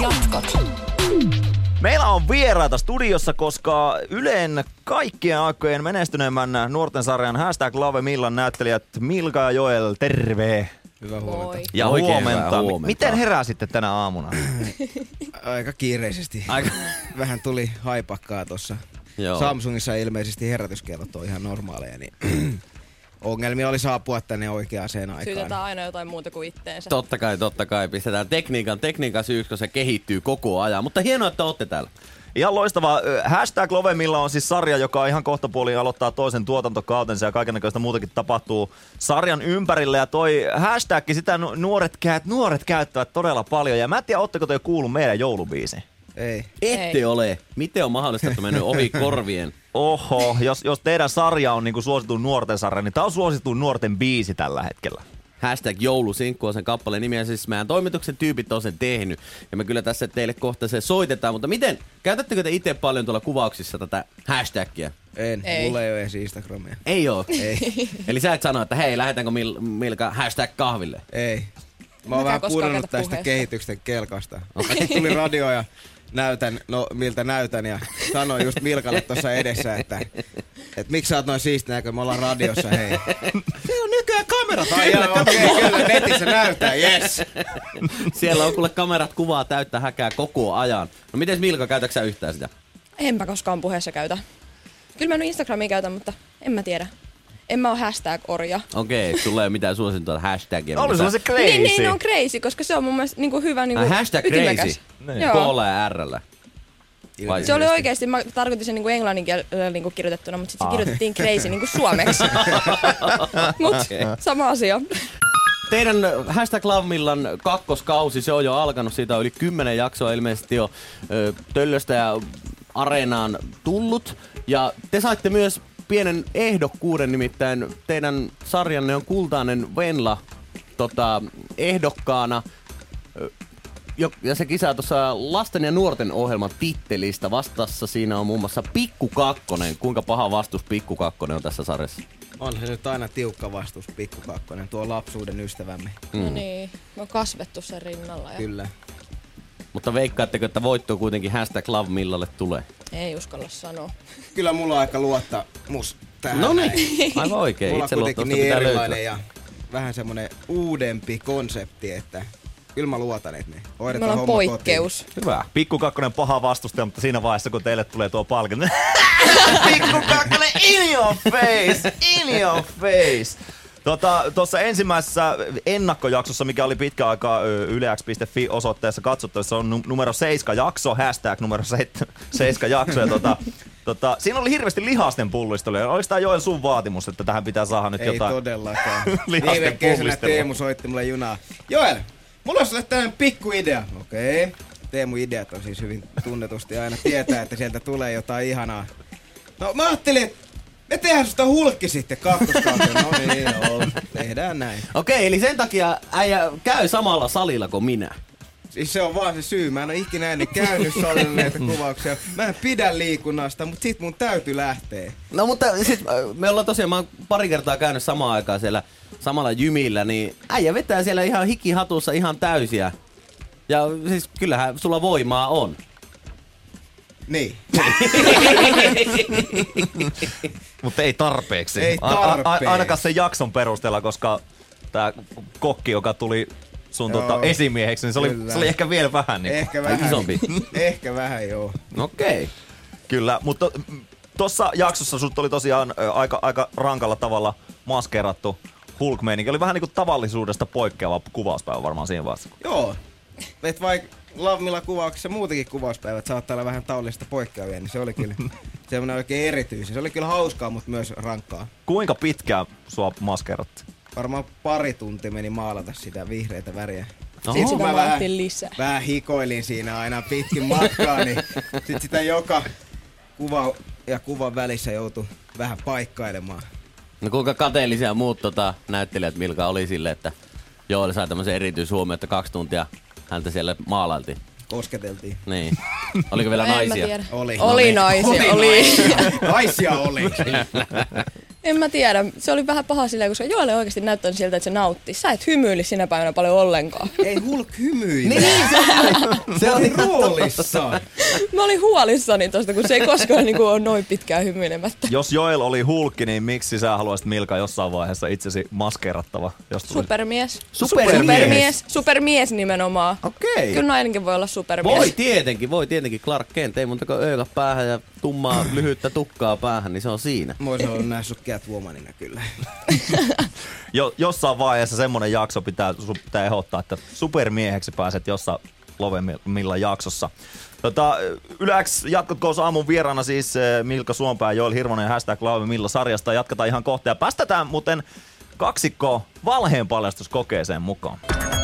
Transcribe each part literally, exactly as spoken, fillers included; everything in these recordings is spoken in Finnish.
Jatkot. Meillä on vieraita studiossa, koska Ylen kaikkien aikojen menestyneimmän nuorten sarjan Hashtag Love Millan näyttelijät Milka ja Joel, terve! Hyvää huomenta. Moi. Ja Oikein huomenta. huomenta. Miten heräsitte tänä aamuna? Aika kiireisesti. Aika... Vähän tuli haipakkaa tossa. Joo. Samsungissa ilmeisesti herätyskellot on ihan normaaleja, niin ongelmia oli saapua tänne oikeaan aikaan. Syytetään aina jotain muuta kuin itteensä. Totta kai, totta kai. Pistetään tekniikan, tekniikan syyksi, kun se kehittyy koko ajan. Mutta hienoa, että olette täällä. Ihan loistavaa. Hashtag Lovemilla on siis sarja, joka ihan kohtapuoliin aloittaa toisen tuotantokautensa ja kaikennäköistä muutakin tapahtuu sarjan ympärille. Ja toi hashtag, sitä nuoret, käyt, nuoret käyttävät todella paljon. Ja mä en tiedä, ootteko te jo kuullut meidän joulubiisin? Ei. Ette Ei. ole. Miten on mahdollista, että on mennyt ohi korvien? Oho, jos, jos teidän sarja on niinku suositun nuorten sarja, niin tää on suositun nuorten biisi tällä hetkellä. Hashtag joulusinkku on sen kappaleen nimi, ja siis meidän toimituksen tyypit on sen tehnyt. Ja me kyllä tässä teille kohta se soitetaan, mutta miten, käytättekö te itse paljon tuolla kuvauksissa tätä hashtagia? En. Ei. Mulla ei ole edes Instagramia. Ei oo. Ei. Eli sä et sano, että hei, lähdetäänkö Mil- Milka hashtag kahville? Ei. Mä oon Mäkään vähän koskaan pudonnut käytä tästä puheessa. kehityksen kelkasta. Okay. Tuli radio ja näytän, no miltä näytän ja sanoin just Milkalle tuossa edessä, että et miksi sä oot noin siisti näkö, me ollaan radiossa, hei. Siellä on nykyään kamerat. Ai joo, okei, okay, kyllä netissä näyttää, yes. Siellä on kuule kamerat kuvaa täyttä häkää koko ajan. No miten Milka, käytätkö sä yhtään sitä? Enpä koskaan puheessa käytä. Kyllä mä nyt Instagramia käytän, mutta en mä tiedä. En mä oo hashtag-orja. Okei, okay, sulla ei ole mitään suosintua hashtagia. Oli sulla se crazy. Niin, niin, ne on crazy, koska se on mun mielestä niinku hyvä niinku Ai, hashtag ytimekäs. crazy. Niin. Joo. Koolla ja R:llä. Vai- Se oli oikeesti, mä tarkoitin sen niinku englannin kielellä niinku kirjoitettuna, mutta sit se Ah. kirjoitettiin crazy niinku suomeksi. Mut sama asia. Teidän Hashtag Love Millan kakkoskausi, se on jo alkanut. Siitä on yli kymmenen jaksoa ilmeisesti jo ö, Töllöstä ja Areenaan tullut. Ja te saitte myös pienen ehdokkuuden, nimittäin teidän sarjanne on Kultainen Venla tota, ehdokkaana. Ö, jo- Ja se kisaa tuossa lasten ja nuorten ohjelman tittelistä. Vastassa siinä on muun muassa Pikku Kakkonen. Kuinka paha vastus Pikku Kakkonen on tässä sarjassa? On se nyt aina tiukka vastus, Pikku Kakkonen, tuo lapsuuden ystävämme. No niin, me on kasvettu sen rinnalla ja Kyllä. Mutta veikkaatteko, että voitto kuitenkin Hashtag Love Millalle tulee? ei uskalla sanoa. Kyllä mulla on aika luottamus tähän. No näin. niin, aivan oikein. Mulla on Itse kuitenkin luottamusta niin pitää erilainen löytyä. ja vähän semmonen uudempi konsepti, että kyllä mä luotan, että me Me hoidetaan ollaan homma poikkeus. Hyvä. Pikku Kakkonen paha vastustaja, mutta siinä vaiheessa kun teille tulee tuo palkinto. Pikku Kakkonen in your face! In your face! Tuossa tota, ensimmäisessä ennakkojaksossa, mikä oli pitkä aikaa yle x piste fi osoitteessa katsottavissa, on numero seitsemän jakso, hashtag numero seitsemän jakso. Ja tota, tota, siinä oli hirveästi lihasten pullisteluja. Oliko tämä Joel sun vaatimus, että tähän pitää saada nyt Ei jotain? todellakaan. lihasten Viime kesänä pullistelua. Teemu soitti mulle junaa. Joel, mulla on sulle tämmönen pikku idea. Okei. Okay. Teemu ideat on siis hyvin tunnetusti aina tietää, että sieltä tulee jotain ihanaa. No mä ajattelin, että me tehdään susta hulkki sitten kakkoskautta. No niin, joo. Tehdään näin. Okei, eli sen takia äijä käy samalla salilla kuin minä. Siis se on vaan se syy. Mä en ole ikinä ennen käynyt salilla näitä kuvauksia. Mä en pidä liikunnasta, mutta sit mun täytyy lähteä. No mutta siis me ollaan tosiaan, mä oon pari kertaa käynyt samaan aikaan siellä samalla jymillä, niin äijä vetää siellä ihan hikihatussa ihan täysiä. Ja siis kyllähän sulla voimaa on. Niin. Mutta ei tarpeeksi. Ei A- a- a- tarpeeksi. ainakaan sen jakson perusteella, koska tää kokki, joka tuli sun Joo, tuota, esimieheksi, niin se oli, kyllä. se oli ehkä vielä vähän. Niin. Ehkä vähän. isompi. Ehkä vähän, joo. Okei. Kyllä, mutta tuossa jaksossa sut oli tosiaan ö, aika, aika rankalla tavalla maskeerattu Hulk-meininki. Oli vähän niinku tavallisuudesta poikkeava kuvauspäivä varmaan siinä vaiheessa. Joo. Et vaikka Lavmilla kuvauksessa muutenkin kuvauspäivät saattaa olla vähän taulista poikkeavia, niin se oli kyllä semmoinen oikein erityinen. Se oli kyllä hauskaa, mutta myös rankkaa. Kuinka pitkään sua maskeerattiin? Varmaan pari tuntia meni maalata sitä vihreitä väriä. Oho. Sit Sitä kun mä vähän, maalattiin lisää. vähän hikoilin siinä aina pitkin matkaa, niin sit sitä joka kuva ja kuvan välissä joutui vähän paikkailemaan. No kuinka kateellisia muut tota, näyttelijät Milka oli sille, että Joel sai tämmöisen erityishuomioon, että kaksi tuntia häntä siellä maalailtiin. Kosketeltiin. Niin. Oliko vielä En mä naisia? tiedä. Oli. Oli naisia, oli. naisia. Naisia oli. En mä tiedä. Se oli vähän paha silleen, koska Joelle oikeasti näyttänyt siltä, että se nautti. Sä et hymyili sinä päivänä paljon ollenkaan. Ei Hulk hymyile. Niin, se, Se oli roolissaan. Mä olin huolissani tosta, kun se ei koskaan niin kuin, ole noin pitkään hymyilemättä. Jos Joel oli Hulkki, niin miksi sä haluaisit Milka jossain vaiheessa itsesi maskeerattava? Jos tuli... Supermies. Supermies. Supermies. Supermies nimenomaan. Okei. Kyllä nainenkin voi olla supermies. Voi tietenkin, voi tietenkin. Clark Kent, ei muuta kuin öökä päähän ja tummaa lyhyttä tukkaa päähän, niin se on siinä. Mä oisin ollut nähdä sut Catwomanina kyllä. Jo, jossain vaiheessa semmonen jakso pitää, sun pitää ehdottaa, että supermieheksi pääset jossain Lovemilla jaksossa. Tota, Yläks jatkotko aamun vieraana siis Milka Suompää, Joel Hirvonen ja hashtag Lovemilla sarjasta. Jatketaan ihan kohta ja päästetään muuten kaksikko valheen paljastuskokeeseen mukaan.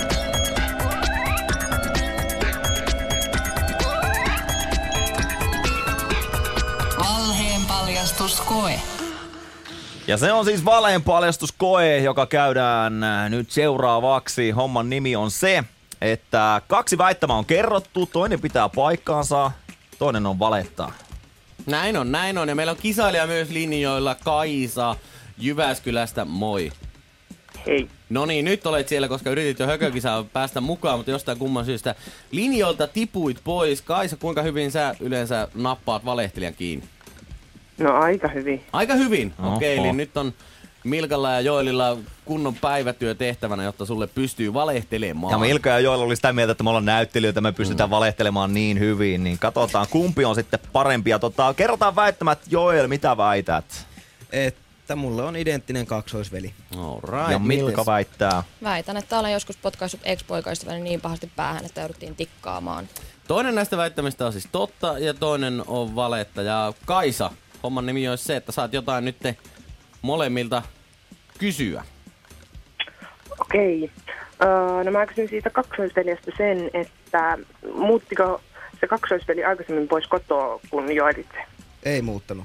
Valheen paljastuskoe. Ja se on siis valheenpaljastuskoe, joka käydään nyt seuraavaksi. Homman nimi on se, että kaksi väittämää on kerrottu, toinen pitää paikkaansa, toinen on valettaa. Näin on, näin on. Ja meillä on kisailija myös linjoilla, Kaisa Jyväskylästä, moi. Hei. No niin, nyt olet siellä, koska yritit jo hökökisaa päästä mukaan, mutta jostain kumman syystä linjoilta tipuit pois. Kaisa, kuinka hyvin sä yleensä nappaat valehtelijan kiinni? No aika hyvin. Aika hyvin, okei, Oho. eli nyt on Milkalla ja Joelilla kunnon päivätyö tehtävänä, jotta sulle pystyy valehtelemaan. Ja Milka ja Joel oli sitä mieltä, että me ollaan näyttelijöitä, me pystytään mm. valehtelemaan niin hyvin, niin katsotaan kumpi on sitten parempi. Ja tota, kerrotaan väittämät, Joel, mitä väität? Että mulla on identtinen kaksoisveli. Alright, Ja Milka mites? väittää. Väitän, että olen joskus potkaissut ex-poikaystäväni niin pahasti päähän, että jouduttiin tikkaamaan. Toinen näistä väittämistä on siis totta ja toinen on valetta. Ja Kaisa, homman nimi olisi se, että saat jotain nyt molemmilta kysyä. Okei. Öö, no mä kysyn siitä kaksoisveljestä sen, että muuttiko se kaksoisveli aikaisemmin pois kotoa, kun joelit se? Ei muuttanut.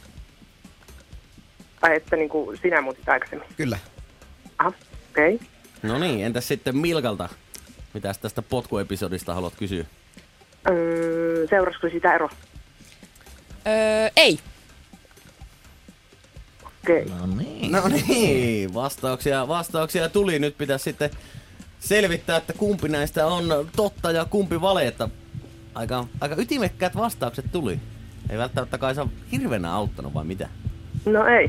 Tai että niin kuin sinä muutit aikaisemmin? Kyllä. Aha, okei. Okay. No niin, entäs sitten Milkalta? Mitäs tästä potkuepisodista haluat kysyä? Öö, seurasiko sitä ero? Öö, ei. Okei. Okay. No niin. No niin, vastauksia, vastauksia tuli. Nyt pitäisi sitten selvittää, että kumpi näistä on totta ja kumpi valetta. Aika, aika ytimekkäät vastaukset tuli. Ei välttämättä Kaisa hirveänä auttanut, vai mitä? No ei.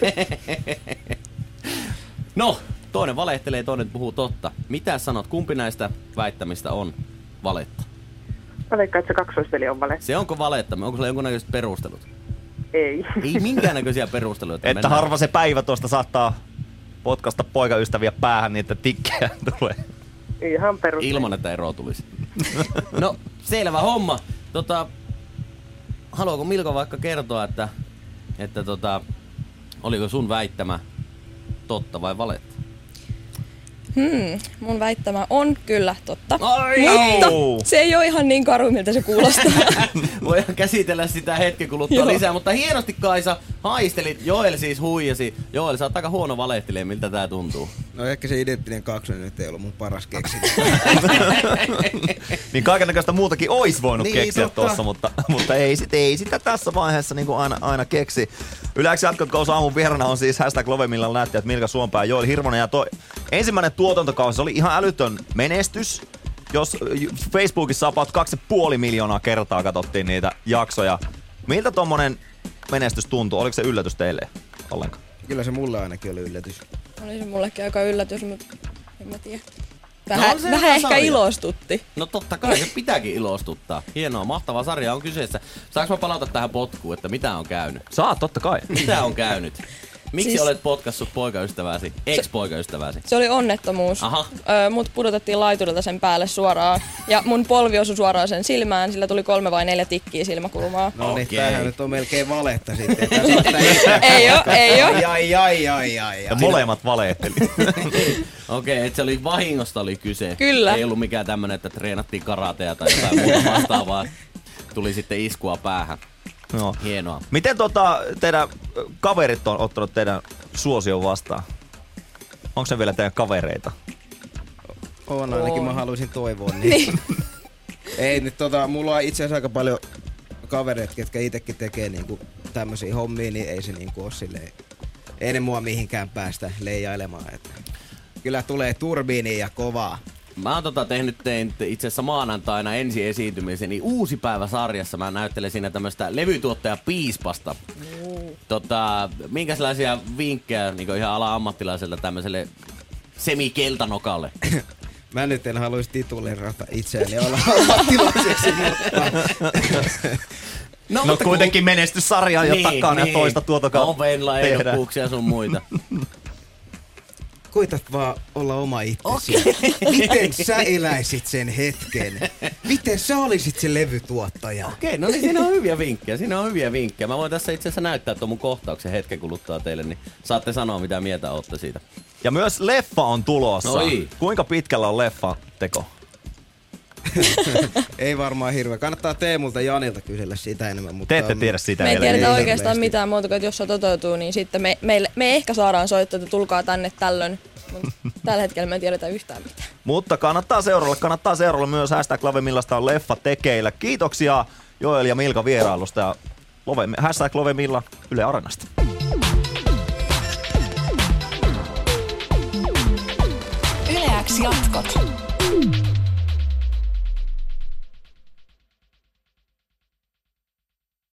No, toinen valehtelee, toinen puhuu totta. Mitä sanot, kumpi näistä väittämistä on valetta? Mä veikkaan, että se kaksoisveli on vale. Se onko valetta? Onko sulla jonkunnäköiset perustelut? Ei. Ei minkäännäköisiä perusteluja. Että mennään- harva se päivä tuosta saattaa potkasta poikaystäviä päähän, niin että tikkejä tulee. Ihan perus. Ilman, että ero tulisi. No, selvä homma. Tota, haluaako Milka vaikka kertoa, että, että tota, oliko sun väittämä totta vai valetta? Hmm, mun väittämä on kyllä totta. Ai! Mutta Oh. se ei ole ihan niin karu, miltä se kuulostaa. Voidaan käsitellä sitä hetken kuluttua Joo. lisää, mutta hienosti Kaisa haistelit. Joel siis huijasi. Joel, sä oot aika huono valehtelija, miltä tää tuntuu. No ehkä se identtinen kaksonen nyt ei ollut mun paras keksintö. Niin kaikennäköistä muutakin ois voinut Niin, keksiä totta. tuossa, mutta, mutta ei, sit, ei sitä tässä vaiheessa niin kuin aina, aina keksi. Yleensä jatkotko aamun vieraana on siis hashtag Lovemilla näyttäjät Milka Suompää ja Joel Hirvonen. Ja toi ensimmäinen tuotantokausi oli ihan älytön menestys. Jos Facebookissa about kaksi ja puoli miljoonaa kertaa katsottiin niitä jaksoja. Miltä tommonen menestys tuntuu? Oliko se yllätys teille ollenkaan? Kyllä se mulle ainakin oli yllätys. Oli se mullekin aika yllätys, mutta en mä tiedä. No Vähän, on se vähän hyvä ehkä sarja. ilostutti. No totta kai, se pitääkin ilostuttaa. Hienoa, mahtava sarja on kyseessä. Saanko mä palata tähän potkuun, että mitä on käynyt? Saat, totta kai. Mitä on käynyt? Miksi Siis- olet potkassut poikaystävääsi, ex-poikaystävääsi? Se oli onnettomuus. Aha. Öö, mut pudotettiin laiturilta sen päälle suoraan. Ja mun polvi osui suoraan sen silmään, sillä tuli kolme vai neljä tikkiä silmäkulmaa. No niin, Okei. tämähän nyt on melkein valetta sitten. Tässä on sitä- Ei oo, ei oo. Ai, ai, ai, ai, ai, Ja ai. molemmat valehteli. Okei, okay, että se oli vahingosta oli kyse. Kyllä. Ei ollut mikään tämmönen, että treenattiin karatea tai jotain muuta vastaavaa. Tuli sitten iskua päähän. No. Hienoa. Miten tota, teidän kaverit on ottanut teidän suosion vastaan? Onko se vielä teidän kavereita? On ainakin, mä On. haluaisin toivoa niin. Ei nyt tota, mulla on itse asiassa aika paljon kavereita, ketkä itekin tekee niinku tämmösiä hommia, niin ei se niinku oo silleen, ei ne mua mihinkään päästä leijailemaan. Että kyllä tulee turbiini ja kovaa. Mä oon tota tehnyt tein itse asiassa maanantaina ensi esiintymiseni Uusi päivä -sarjassa. Mä näyttelen siinä tämmöstä levytuottaja Piispasta. Mm. Tota, minkälaisia vinkkejä niin ihan ala-ammattilaiselta tämmöiselle semikeltanokalle? Mä nyt en haluaisi tituleerata itseäni olla ammattilaiseksi, mutta... No, no kuitenkin kun... menestyssarja jo niin, takana niin. Ja toista tuotokaan Ovenla-ehdokkuuksia sun muita. Koitat vaan olla oma itsesi. Okay. Miten sä eläisit sen hetken? Miten sä olisit se levytuottaja? Okei, okay, no niin siinä on hyviä vinkkejä. Siinä on hyviä vinkkejä. Mä voin tässä itse asiassa näyttää tuon mun kohtauksen hetken kuluttua teille, niin saatte sanoa mitä mieltä ootte siitä. Ja myös leffa on tulossa. Noi. Kuinka pitkällä on leffa teko? Ei varmaan hirveä. Kannattaa Teemulta Janilta kysellä sitä enemmän. Mutta te ette tiedä sitä. Me ei tiedetä oikeastaan mitään muuta kuin, että jos se toteutuu, niin sitten me, me, me ehkä saadaan soittaa, että tulkaa tänne tällöin. Mutta tällä hetkellä me ei tiedetä yhtään mitään. Mutta kannattaa seurailla, kannattaa seurailla myös hashtag Love, millaista on leffa tekeillä. Kiitoksia Joel ja Milka vierailusta ja Love, hashtag Love Milla Yle Areenasta. Yle X jatkot.